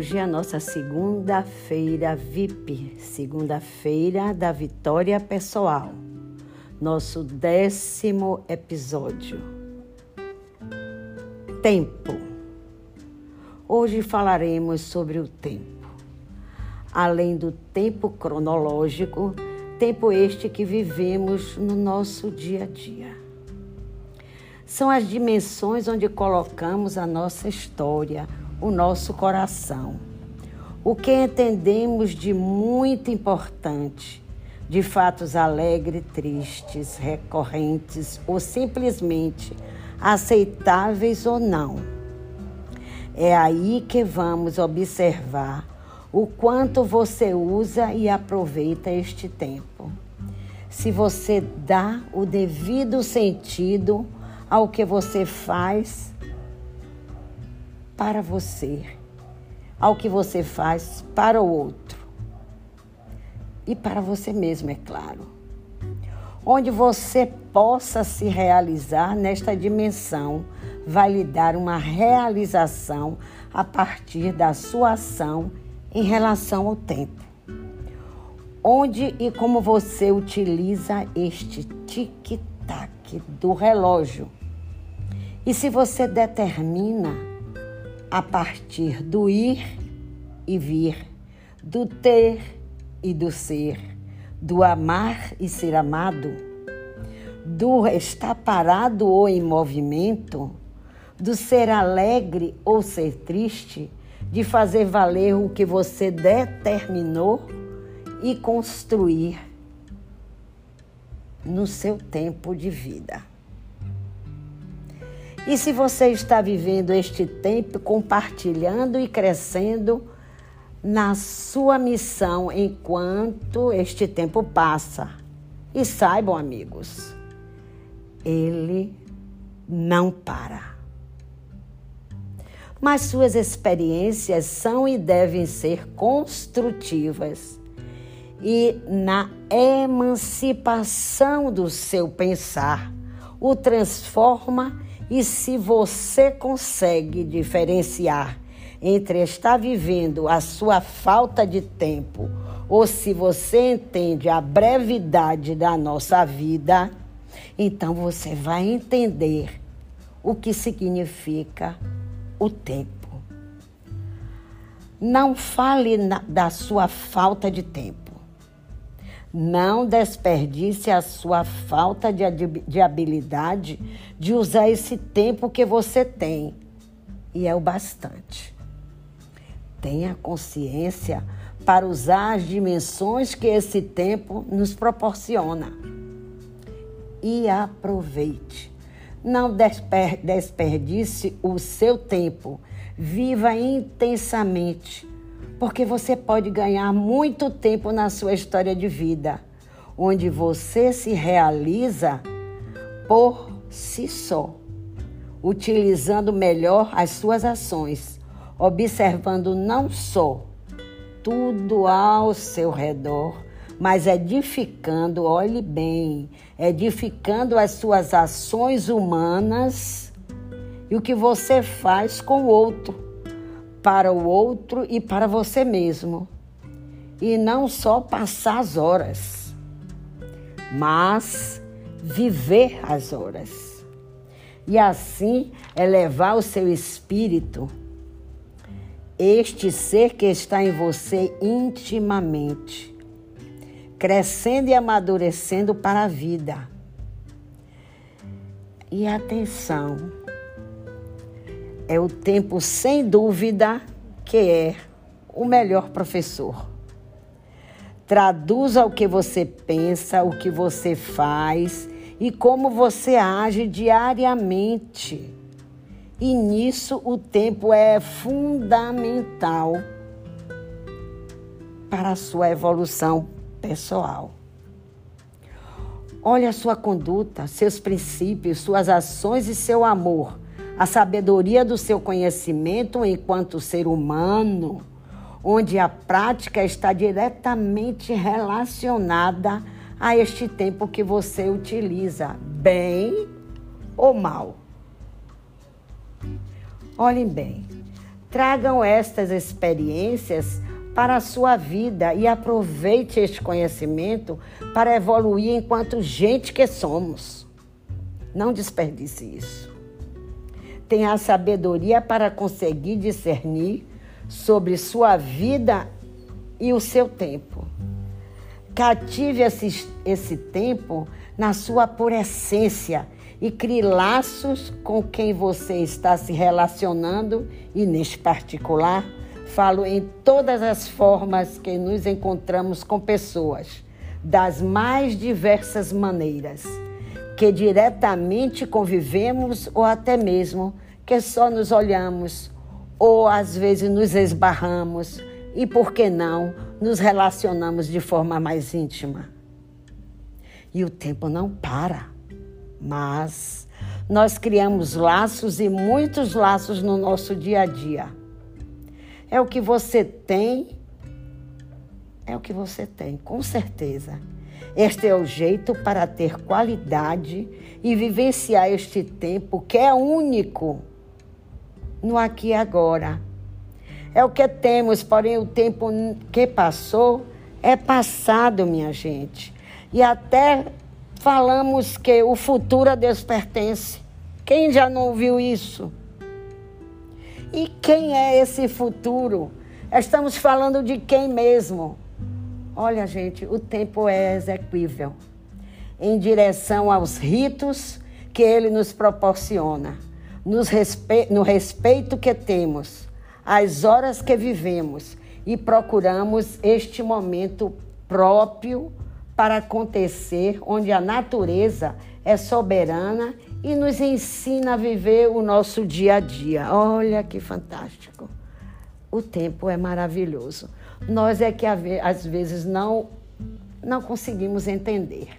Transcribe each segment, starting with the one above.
Hoje é a nossa segunda-feira VIP, segunda-feira da vitória pessoal, nosso 10º episódio. Tempo. Hoje falaremos sobre o tempo. Além do tempo cronológico, tempo este que vivemos no nosso dia a dia. São as dimensões onde colocamos a nossa história, o nosso coração. O que entendemos de muito importante, de fatos alegres, tristes, recorrentes ou simplesmente aceitáveis ou não. É aí que vamos observar o quanto você usa e aproveita este tempo. Se você dá o devido sentido ao que você faz para você, ao que você faz para o outro e para você mesmo, é claro. Onde você possa se realizar nesta dimensão, vai lhe dar uma realização a partir da sua ação em relação ao tempo. Onde e como você utiliza este tic-tac do relógio. E se você determina a partir do ir e vir, do ter e do ser, do amar e ser amado, do estar parado ou em movimento, do ser alegre ou ser triste, de fazer valer o que você determinou e construir no seu tempo de vida. E se você está vivendo este tempo, compartilhando e crescendo na sua missão enquanto este tempo passa. E saibam, amigos, ele não para. Mas suas experiências são e devem ser construtivas. E na emancipação do seu pensar, o transforma. E se você consegue diferenciar entre estar vivendo a sua falta de tempo ou se você entende a brevidade da nossa vida, então você vai entender o que significa o tempo. Não fale da sua falta de tempo. Não desperdice a sua falta de habilidade de usar esse tempo que você tem. E é o bastante. Tenha consciência para usar as dimensões que esse tempo nos proporciona. E aproveite. Não desperdice o seu tempo. Viva intensamente. Porque você pode ganhar muito tempo na sua história de vida, onde você se realiza por si só, utilizando melhor as suas ações, observando não só tudo ao seu redor, mas edificando, olhe bem, edificando as suas ações humanas e o que você faz com o outro, para o outro e para você mesmo. E não só passar as horas, mas viver as horas. E assim elevar o seu espírito, este ser que está em você intimamente, crescendo e amadurecendo para a vida. E atenção, é o tempo, sem dúvida, que é o melhor professor. Traduza o que você pensa, o que você faz e como você age diariamente. E nisso o tempo é fundamental para a sua evolução pessoal. Olhe a sua conduta, seus princípios, suas ações e seu amor. A sabedoria do seu conhecimento enquanto ser humano, onde a prática está diretamente relacionada a este tempo que você utiliza, bem ou mal. Olhem bem, Tragam estas experiências para a sua vida e aproveite este conhecimento para evoluir enquanto gente que somos. Não desperdice isso. Tenha a sabedoria para conseguir discernir sobre sua vida e o seu tempo. Cative esse tempo na sua pura essência e crie laços com quem você está se relacionando e, neste particular, falo em todas as formas que nos encontramos com pessoas, das mais diversas maneiras, que diretamente convivemos ou até mesmo que só nos olhamos ou às vezes nos esbarramos e, por que não, nos relacionamos de forma mais íntima. E o tempo não para, mas nós criamos laços e muitos laços no nosso dia a dia. É o que você tem, com certeza. Este é o jeito para ter qualidade e vivenciar este tempo que é único no aqui e agora. É o que temos, porém o tempo que passou é passado, minha gente. E até falamos que o futuro a Deus pertence. Quem já não ouviu isso? E quem é esse futuro? Estamos falando de quem mesmo? Olha, gente, o tempo é exequível em direção aos ritos que ele nos proporciona, no respeito que temos, às horas que vivemos e procuramos este momento próprio para acontecer, onde a natureza é soberana e nos ensina a viver o nosso dia a dia. Olha que fantástico. O tempo é maravilhoso. Nós é que às vezes não conseguimos entender.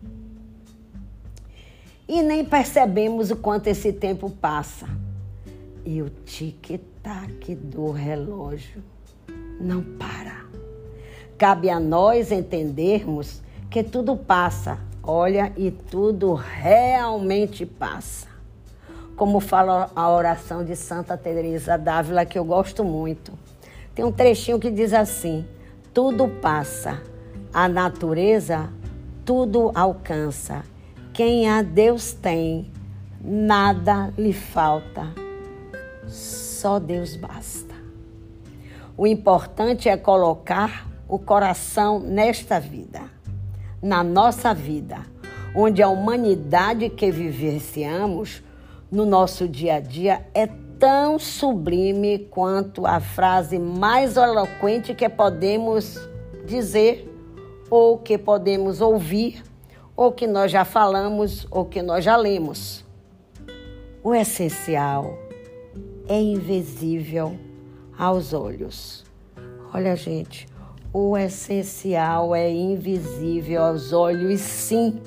E nem percebemos o quanto esse tempo passa. E o tic-tac do relógio não para. Cabe a nós entendermos que tudo passa. Olha, e tudo realmente passa. Como fala a oração de Santa Teresa d'Ávila, que eu gosto muito. Tem um trechinho que diz assim: tudo passa, a natureza tudo alcança. Quem a Deus tem, nada lhe falta, só Deus basta. O importante é colocar o coração nesta vida, na nossa vida, onde a humanidade que vivenciamos no nosso dia a dia é tão sublime quanto a frase mais eloquente que podemos dizer, ou que podemos ouvir, ou que nós já falamos, ou que nós já lemos. O essencial é invisível aos olhos. Olha, gente, o essencial é invisível aos olhos, sim.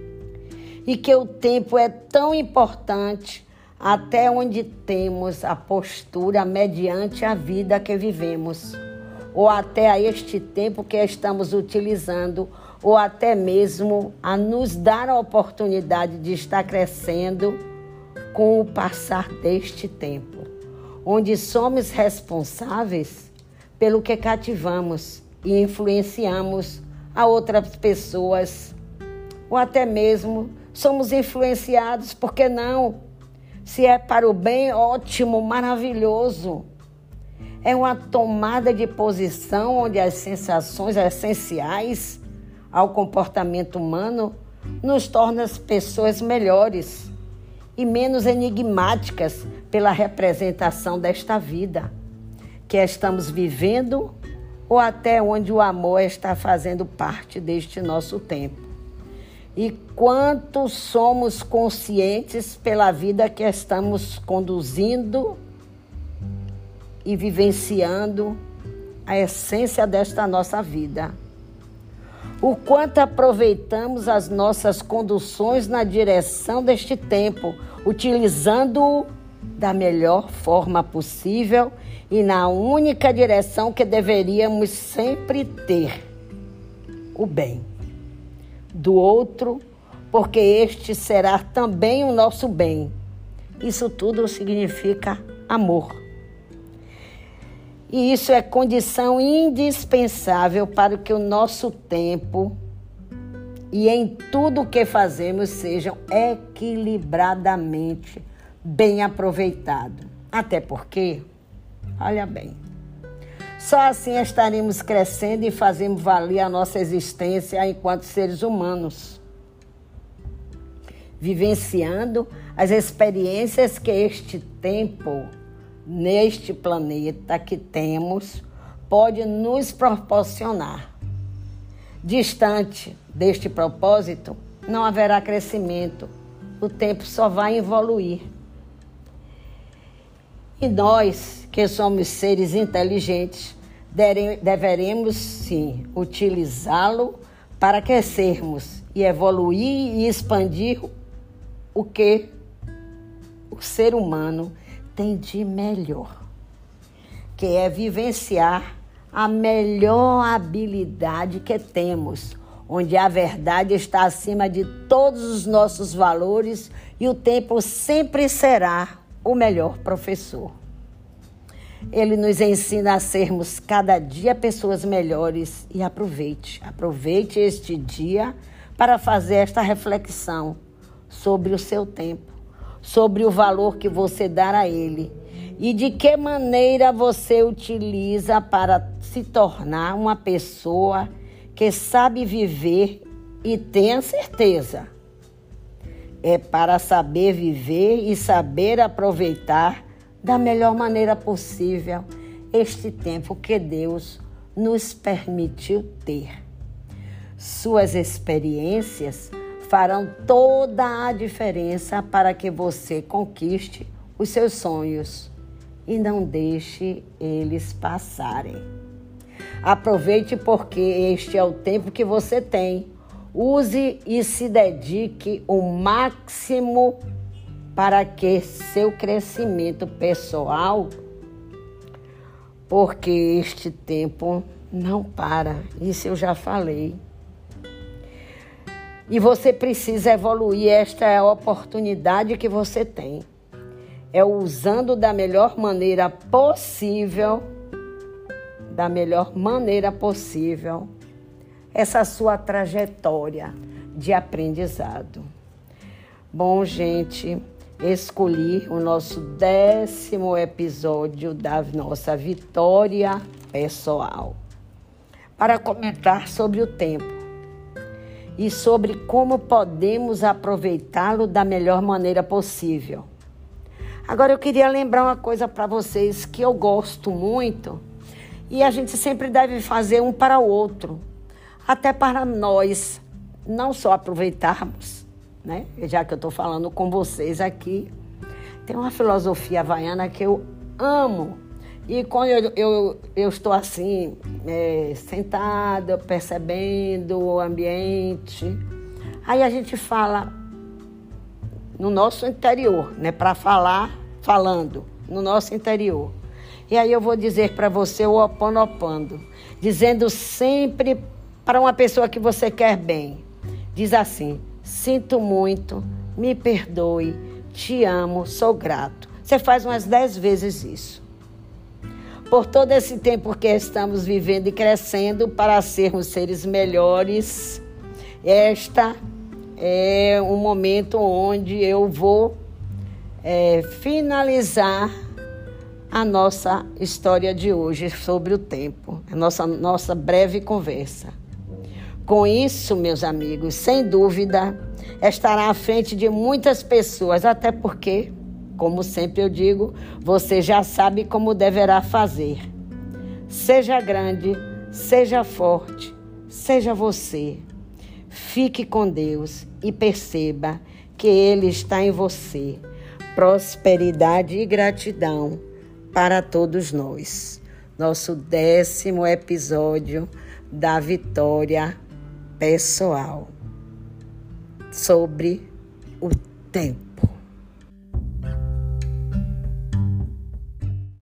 E que o tempo é tão importante até onde temos a postura mediante a vida que vivemos, ou até a este tempo que estamos utilizando, ou até mesmo a nos dar a oportunidade de estar crescendo com o passar deste tempo, onde somos responsáveis pelo que cativamos e influenciamos a outras pessoas, ou até mesmo somos influenciados, por que não? Se é para o bem, ótimo, maravilhoso. É uma tomada de posição onde as sensações essenciais ao comportamento humano nos tornam as pessoas melhores e menos enigmáticas pela representação desta vida que estamos vivendo, ou até onde o amor está fazendo parte deste nosso tempo. E quanto somos conscientes pela vida que estamos conduzindo e vivenciando a essência desta nossa vida. O quanto aproveitamos as nossas conduções na direção deste tempo, utilizando-o da melhor forma possível e na única direção que deveríamos sempre ter: o bem do outro, porque este será também o nosso bem. Isso tudo significa amor. E isso é condição indispensável para que o nosso tempo e em tudo o que fazemos sejam equilibradamente bem aproveitados. Até porque, olha bem, só assim estaremos crescendo e fazendo valer a nossa existência enquanto seres humanos, vivenciando as experiências que este tempo, neste planeta que temos, pode nos proporcionar. Distante deste propósito, não haverá crescimento, o tempo só vai evoluir. E nós, que somos seres inteligentes, deveremos sim utilizá-lo para crescermos e evoluir e expandir o que o ser humano tem de melhor, que é vivenciar a melhor habilidade que temos, onde a verdade está acima de todos os nossos valores e o tempo sempre será o melhor professor. Ele nos ensina a sermos cada dia pessoas melhores e aproveite este dia para fazer esta reflexão sobre o seu tempo, sobre o valor que você dá a ele e de que maneira você utiliza para se tornar uma pessoa que sabe viver e tenha certeza. É para saber viver e saber aproveitar da melhor maneira possível este tempo que Deus nos permitiu ter. Suas experiências farão toda a diferença para que você conquiste os seus sonhos e não deixe eles passarem. Aproveite porque este é o tempo que você tem. Use e se dedique o máximo para que seu crescimento pessoal, porque este tempo não para, isso eu já falei. E você precisa evoluir, esta é a oportunidade que você tem. É usando da melhor maneira possível, essa sua trajetória de aprendizado. Bom, gente, escolhi o nosso 10º episódio da nossa Vitória Pessoal para comentar sobre o tempo e sobre como podemos aproveitá-lo da melhor maneira possível. Agora eu queria lembrar uma coisa para vocês que eu gosto muito e a gente sempre deve fazer um para o outro, até para nós não só aproveitarmos, né? Já que eu estou falando com vocês aqui, tem uma filosofia havaiana que eu amo. E quando eu estou assim, sentada, percebendo o ambiente, aí a gente fala no nosso interior, né? Para falando no nosso interior. E aí eu vou dizer para você o Ho'oponopono, dizendo sempre para uma pessoa que você quer bem. Diz assim: sinto muito, me perdoe, te amo, sou grato. Você faz umas 10 vezes isso. Por todo esse tempo que estamos vivendo e crescendo para sermos seres melhores, esta é um momento onde eu vou finalizar a nossa história de hoje sobre o tempo, a nossa breve conversa. Com isso, meus amigos, sem dúvida, estará à frente de muitas pessoas, até porque, como sempre eu digo, você já sabe como deverá fazer. Seja grande, seja forte, seja você. Fique com Deus e perceba que Ele está em você. Prosperidade e gratidão para todos nós. Nosso 10º episódio da Vitória Pessoal sobre o tempo.